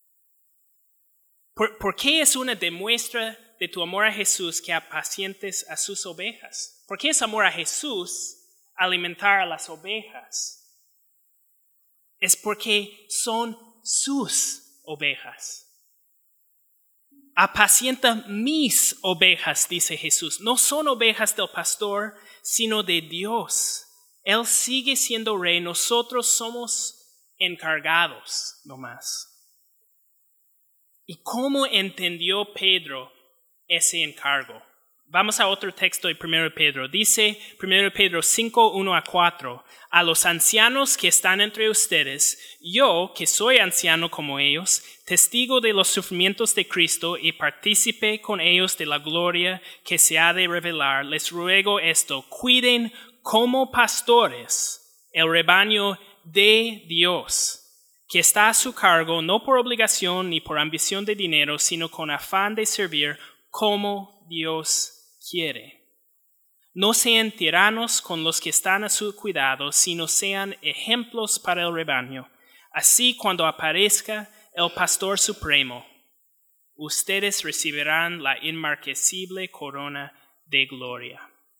A: ¿Por qué es una demuestra de tu amor a Jesús que apacientes a sus ovejas? ¿Por qué es amor a Jesús alimentar a las ovejas? Es porque son sus ovejas. Apacienta mis ovejas, dice Jesús. No son ovejas del pastor, sino de Dios. Él sigue siendo rey, nosotros somos encargados nomás. ¿Y cómo entendió Pedro ese encargo? Vamos a otro texto de 1 Pedro. Dice 1 Pedro 5, 1 a 4. A los ancianos que están entre ustedes, yo, que soy anciano como ellos, testigo de los sufrimientos de Cristo y partícipe con ellos de la gloria que se ha de revelar, les ruego esto: cuiden como pastores el rebaño de Dios, que está a su cargo no por obligación ni por ambición de dinero, sino con afán de servir como Dios quiere. No sean tiranos con los que están a su cuidado, sino sean ejemplos para el rebaño. Así, cuando aparezca el Pastor Supremo, ustedes recibirán la inmarcesible corona de gloria.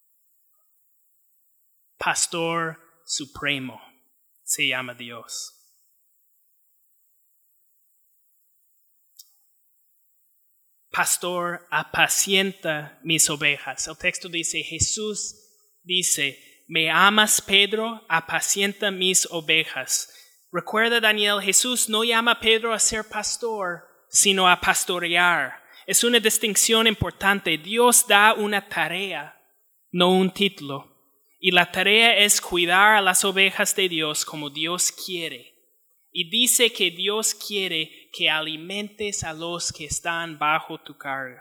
A: Pastor Supremo se llama Dios. Pastor, apacienta mis ovejas. El texto dice, Jesús dice, ¿me amas, Pedro? Apacienta mis ovejas. Recuerda, Daniel, Jesús no llama a Pedro a ser pastor, sino a pastorear. Es una distinción importante. Dios da una tarea, no un título. Y la tarea es cuidar a las ovejas de Dios como Dios quiere. Y dice que Dios quiere que alimentes a los que están bajo tu carga.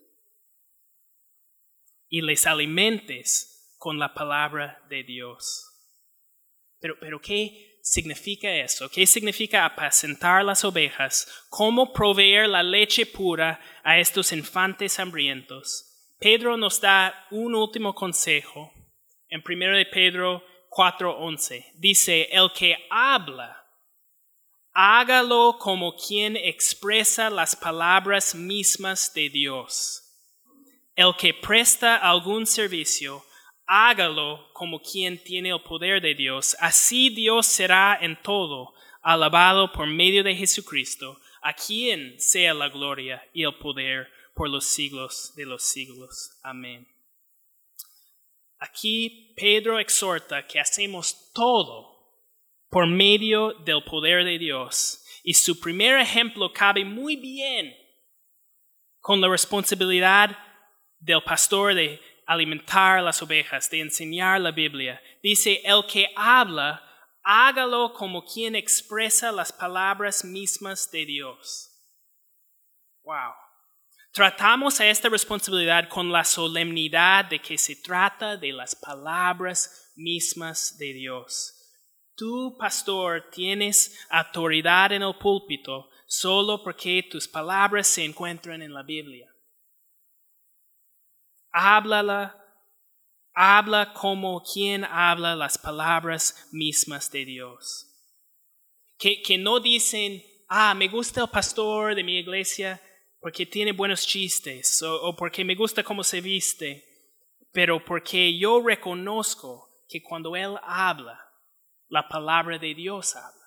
A: Y les alimentes con la palabra de Dios. Pero ¿qué significa eso? ¿Qué significa apacentar las ovejas? ¿Cómo proveer la leche pura a estos infantes hambrientos? Pedro nos da un último consejo. En 1 Pedro 4:11 dice, el que habla, hágalo como quien expresa las palabras mismas de Dios. El que presta algún servicio, hágalo como quien tiene el poder de Dios. Así Dios será en todo alabado por medio de Jesucristo, a quien sea la gloria y el poder por los siglos de los siglos. Amén. Aquí Pedro exhorta que hacemos todo por medio del poder de Dios. Y su primer ejemplo cabe muy bien con la responsabilidad del pastor de alimentar las ovejas, de enseñar la Biblia. Dice, el que habla, hágalo como quien expresa las palabras mismas de Dios. Wow. Tratamos a esta responsabilidad con la solemnidad de que se trata de las palabras mismas de Dios. Tú, pastor, tienes autoridad en el púlpito solo porque tus palabras se encuentran en la Biblia. Habla como quien habla las palabras mismas de Dios. Que no dicen, me gusta el pastor de mi iglesia porque tiene buenos chistes o porque me gusta cómo se viste, pero porque yo reconozco que cuando él habla, la palabra de Dios habla.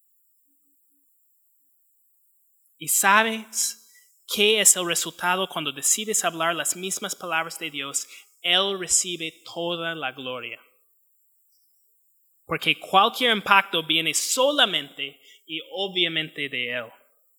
A: ¿Y sabes qué es el resultado cuando decides hablar las mismas palabras de Dios? Él recibe toda la gloria. Porque cualquier impacto viene solamente y obviamente de Él.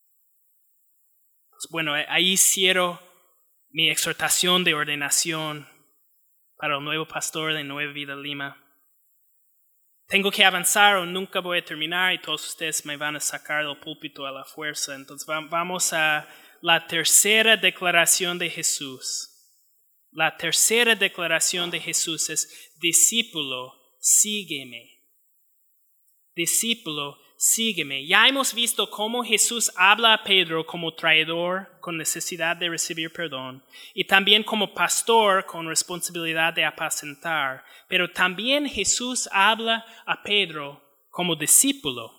A: Bueno, ahí cierro mi exhortación de ordenación para el nuevo pastor de Nueva Vida Lima. Tengo que avanzar o nunca voy a terminar y todos ustedes me van a sacar del púlpito a la fuerza. Entonces vamos a la tercera declaración de Jesús. La tercera declaración de Jesús es, discípulo, sígueme. Discípulo, sígueme. Ya hemos visto cómo Jesús habla a Pedro como traidor con necesidad de recibir perdón y también como pastor con responsabilidad de apacentar. Pero también Jesús habla a Pedro como discípulo.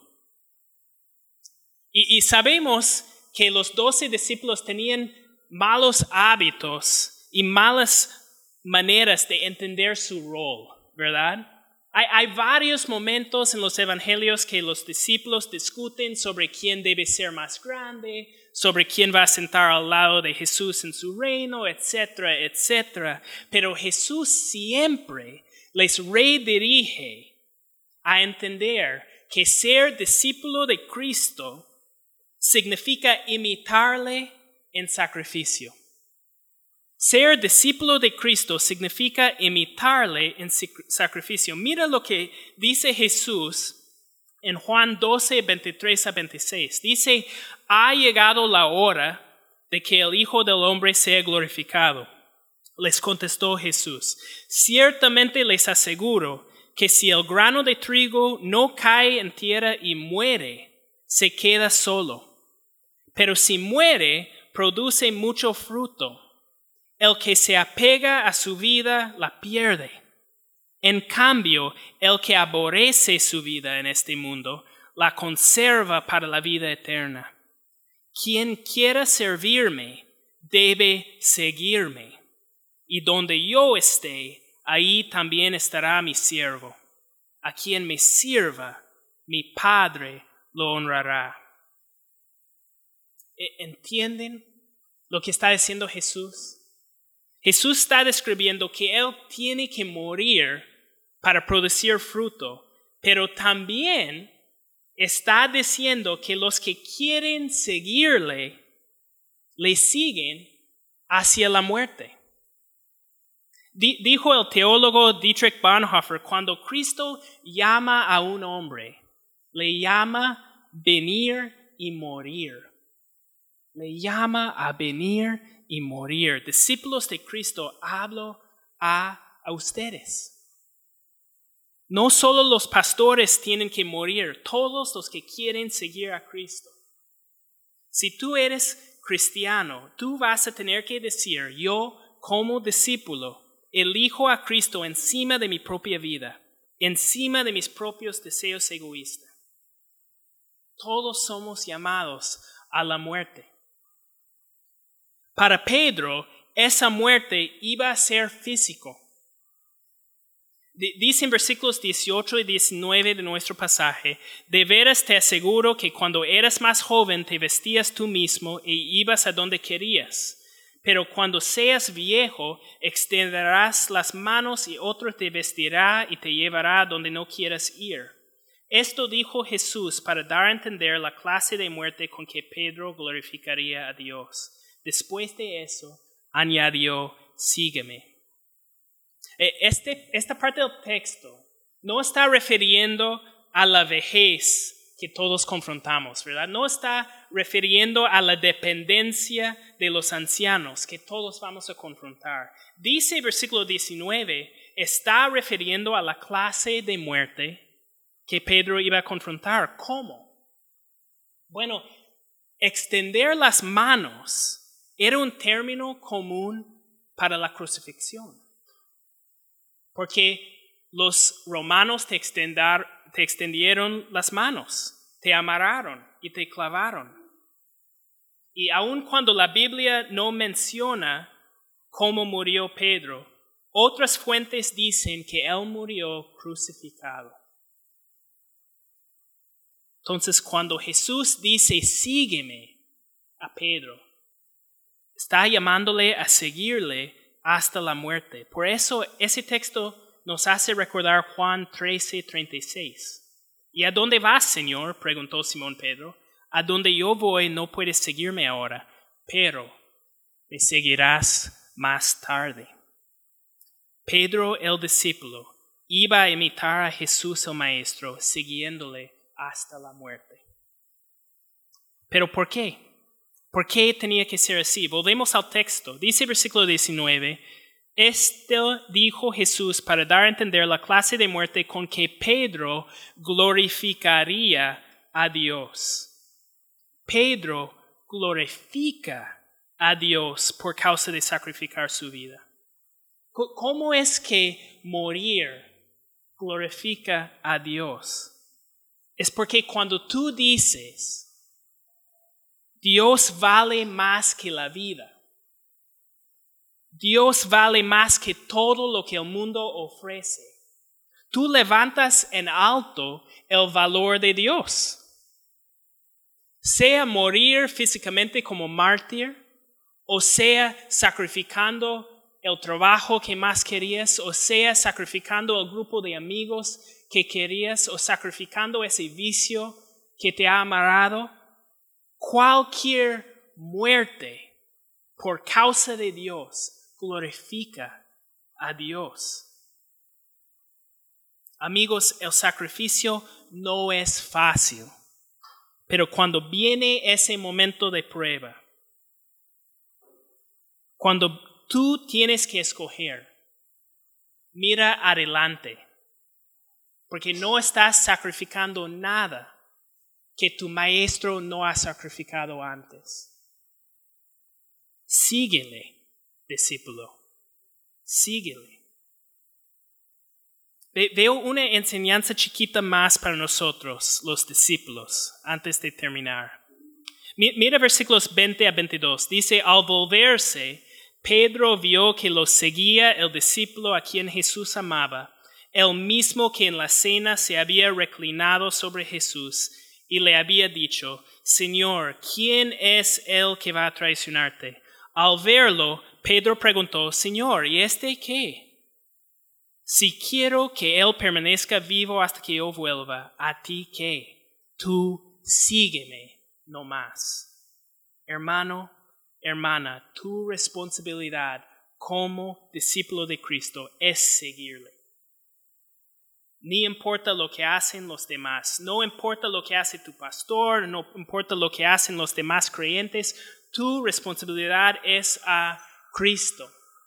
A: Y sabemos que los 12 discípulos tenían malos hábitos y malas maneras de entender su rol, ¿verdad? Hay varios momentos en los evangelios que los discípulos discuten sobre quién debe ser más grande, sobre quién va a sentar al lado de Jesús en su reino, etcétera, etcétera. Pero Jesús siempre les redirige a entender que ser discípulo de Cristo significa imitarle en sacrificio. Ser discípulo de Cristo significa imitarle en sacrificio. Mira lo que dice Jesús en Juan 12, 23 a 26. Dice, ha llegado la hora de que el Hijo del Hombre sea glorificado. Les contestó Jesús, ciertamente les aseguro que si el grano de trigo no cae en tierra y muere, se queda solo. Pero si muere, produce mucho fruto. El que se apega a su vida la pierde. En cambio, el que aborrece su vida en este mundo la conserva para la vida eterna. Quien quiera servirme debe seguirme. Y donde yo esté, ahí también estará mi siervo. A quien me sirva, mi Padre lo honrará. ¿Entienden lo que está diciendo Jesús? Jesús está describiendo que Él tiene que morir para producir fruto, pero también está diciendo que los que quieren seguirle, le siguen hacia la muerte. Dijo el teólogo Dietrich Bonhoeffer, cuando Cristo llama a un hombre, le llama venir y morir. Le llama a venir y morir. Discípulos de Cristo, hablo a ustedes. No solo los pastores tienen que morir, todos los que quieren seguir a Cristo. Si tú eres cristiano, tú vas a tener que decir, yo como discípulo, elijo a Cristo encima de mi propia vida, encima de mis propios deseos egoístas. Todos somos llamados a la muerte. Para Pedro, esa muerte iba a ser físico. Dice en versículos 18 y 19 de nuestro pasaje, de veras te aseguro que cuando eras más joven te vestías tú mismo e ibas a donde querías. Pero cuando seas viejo, extenderás las manos y otro te vestirá y te llevará donde no quieras ir. Esto dijo Jesús para dar a entender la clase de muerte con que Pedro glorificaría a Dios. Después de eso, añadió, sígueme. Esta parte del texto no está refiriendo a la vejez que todos confrontamos, ¿verdad? No está refiriendo a la dependencia de los ancianos que todos vamos a confrontar. Dice versículo 19, está refiriendo a la clase de muerte que Pedro iba a confrontar. ¿Cómo? Bueno, extender las manos era un término común para la crucifixión. Porque los romanos te extendieron las manos, te amarraron y te clavaron. Y aun cuando la Biblia no menciona cómo murió Pedro, otras fuentes dicen que él murió crucificado. Entonces, cuando Jesús dice, sígueme a Pedro, está llamándole a seguirle hasta la muerte. Por eso ese texto nos hace recordar Juan 13:36. ¿Y a dónde vas, Señor?, preguntó Simón Pedro. A donde yo voy no puedes seguirme ahora, pero me seguirás más tarde. Pedro, el discípulo, iba a imitar a Jesús el Maestro, siguiéndole hasta la muerte. ¿Pero por qué? ¿Por qué tenía que ser así? Volvemos al texto. Dice versículo 19, esto dijo Jesús para dar a entender la clase de muerte con que Pedro glorificaría a Dios. Pedro glorifica a Dios por causa de sacrificar su vida. ¿Cómo es que morir glorifica a Dios? Es porque cuando tú dices, Dios vale más que la vida, Dios vale más que todo lo que el mundo ofrece, tú levantas en alto el valor de Dios. Sea morir físicamente como mártir, o sea sacrificando el trabajo que más querías, o sea sacrificando el grupo de amigos que querías, o sacrificando ese vicio que te ha amarrado. Cualquier muerte por causa de Dios glorifica a Dios. Amigos, el sacrificio no es fácil, pero cuando viene ese momento de prueba, cuando tú tienes que escoger, mira adelante, porque no estás sacrificando nada que tu maestro no ha sacrificado antes. Síguele, discípulo, síguele. Veo una enseñanza chiquita más para nosotros, los discípulos, antes de terminar. Mira versículos 20 a 22. Dice, al volverse, Pedro vio que lo seguía el discípulo a quien Jesús amaba, el mismo que en la cena se había reclinado sobre Jesús y le había dicho, Señor, ¿quién es el que va a traicionarte? Al verlo, Pedro preguntó, Señor, ¿y este qué? Si quiero que él permanezca vivo hasta que yo vuelva, ¿a ti qué? Tú sígueme no más. Hermano, hermana, tu responsabilidad como discípulo de Cristo es seguirle. Ni importa lo que hacen los demás, no importa lo que hace tu pastor, no importa lo que hacen los demás creyentes, tu responsabilidad es a Cristo.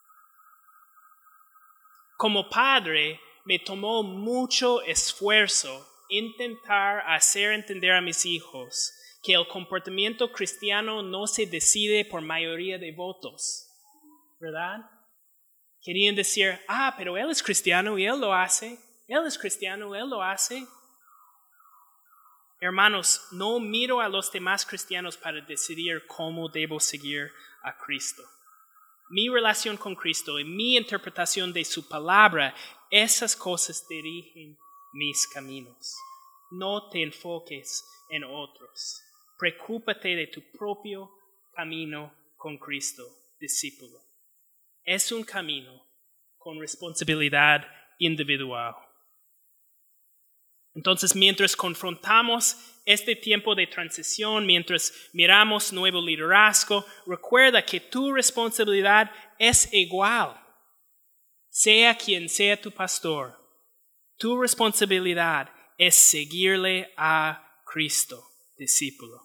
A: Como padre, me tomó mucho esfuerzo intentar hacer entender a mis hijos que el comportamiento cristiano no se decide por mayoría de votos, ¿verdad? Querían decir, pero él es cristiano y él lo hace. Él es cristiano, él lo hace. Hermanos, no miro a los demás cristianos para decidir cómo debo seguir a Cristo. Mi relación con Cristo y mi interpretación de su palabra, esas cosas dirigen mis caminos. No te enfoques en otros. Preocúpate de tu propio camino con Cristo, discípulo. Es un camino con responsabilidad individual. Entonces, mientras confrontamos este tiempo de transición, mientras miramos nuevo liderazgo, recuerda que tu responsabilidad es igual. Sea quien sea tu pastor, tu responsabilidad es seguirle a Cristo, discípulo.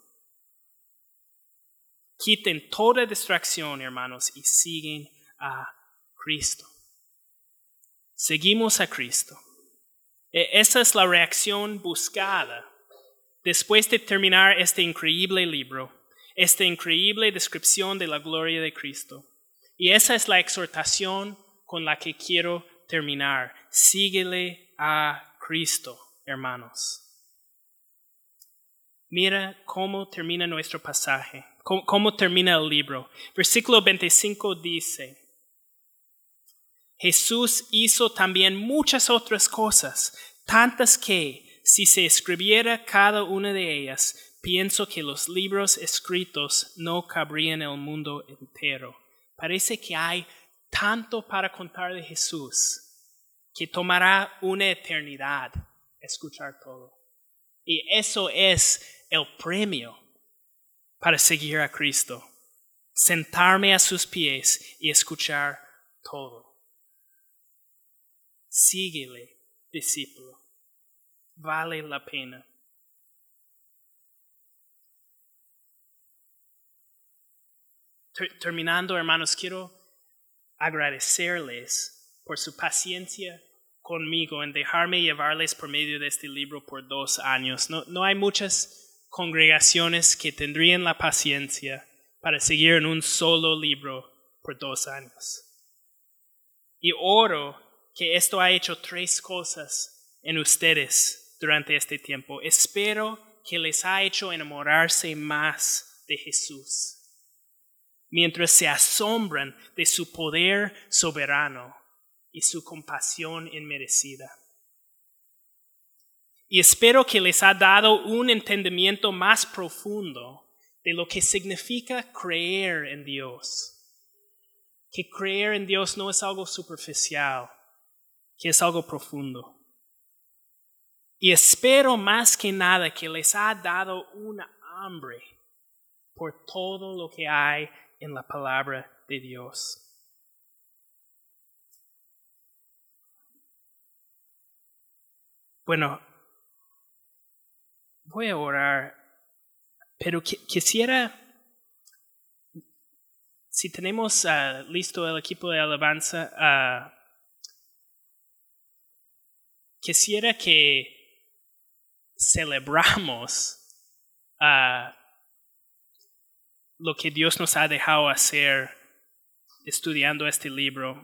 A: Quiten toda distracción, hermanos, y siguen a Cristo. Seguimos a Cristo. Esa es la reacción buscada después de terminar este increíble libro, esta increíble descripción de la gloria de Cristo. Y esa es la exhortación con la que quiero terminar. Síguele a Cristo, hermanos. Mira cómo termina nuestro pasaje, cómo termina el libro. Versículo 25 dice: Jesús hizo también muchas otras cosas, tantas que, si se escribiera cada una de ellas, pienso que los libros escritos no cabrían en el mundo entero. Parece que hay tanto para contar de Jesús que tomará una eternidad escuchar todo. Y eso es el premio para seguir a Cristo. Sentarme a sus pies y escuchar todo. Síguele, discípulo. Vale la pena. Terminando, hermanos, quiero agradecerles por su paciencia conmigo en dejarme llevarles por medio de este libro por 2 años. No hay muchas congregaciones que tendrían la paciencia para seguir en un solo libro por 2 años. Y oro que esto ha hecho 3 cosas en ustedes durante este tiempo. Espero que les ha hecho enamorarse más de Jesús, mientras se asombran de su poder soberano y su compasión inmerecida. Y espero que les ha dado un entendimiento más profundo de lo que significa creer en Dios. Que creer en Dios no es algo superficial, que es algo profundo. Y espero más que nada que les ha dado una hambre por todo lo que hay en la palabra de Dios. Bueno, voy a orar, pero quisiera, si tenemos listo el equipo de alabanza, quisiera que celebramos lo que Dios nos ha dejado hacer estudiando este libro.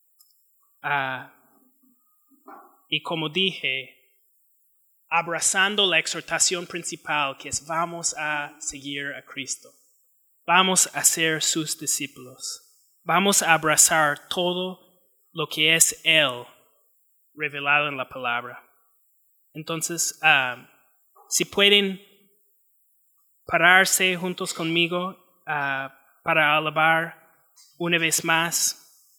A: Y como dije, abrazando la exhortación principal, que es: vamos a seguir a Cristo. Vamos a ser sus discípulos. Vamos a abrazar todo lo que es Él revelado en la palabra. Entonces, si pueden pararse juntos conmigo para alabar una vez más.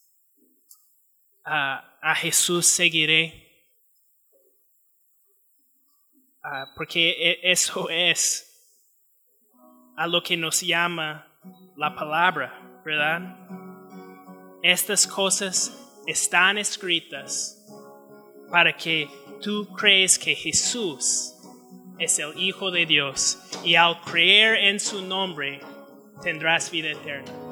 A: A Jesús seguiré. Porque eso es a lo que nos llama la palabra, ¿verdad? Estas cosas están escritas para que tú crees que Jesús es el Hijo de Dios y al creer en su nombre tendrás vida eterna.